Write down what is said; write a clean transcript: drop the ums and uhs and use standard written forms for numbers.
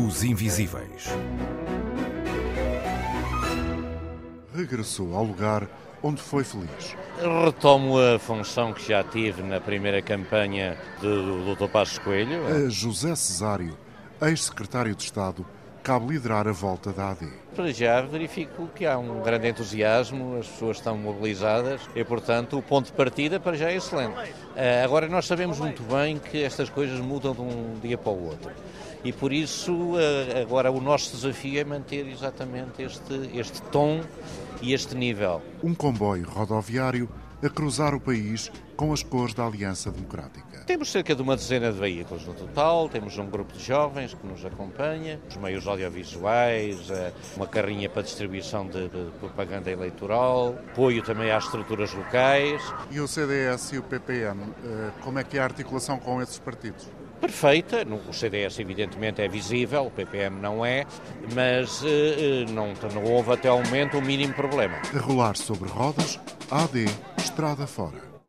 Os Invisíveis. Regressou ao lugar onde foi feliz. Retomo a função que já tive na primeira campanha do Dr. Passos Coelho. A José Cesário, ex-secretário de Estado, cabe liderar a volta da AD. Para já verifico que há um grande entusiasmo, as pessoas estão mobilizadas e, portanto, o ponto de partida para já é excelente. Agora, nós sabemos muito bem que estas coisas mudam de um dia para o outro. E por isso, agora o nosso desafio é manter exatamente este tom e este nível. Um comboio rodoviário a cruzar o país com as cores da Aliança Democrática. Temos cerca de uma dezena de veículos no total, temos um grupo de jovens que nos acompanha, os meios audiovisuais, uma carrinha para distribuição de propaganda eleitoral, apoio também às estruturas locais. E o CDS e o PPM, como é que é a articulação com esses partidos? Perfeita, o CDS evidentemente é visível, o PPM não é, mas não houve até ao momento o mínimo problema. A rolar sobre rodas, AD, estrada fora.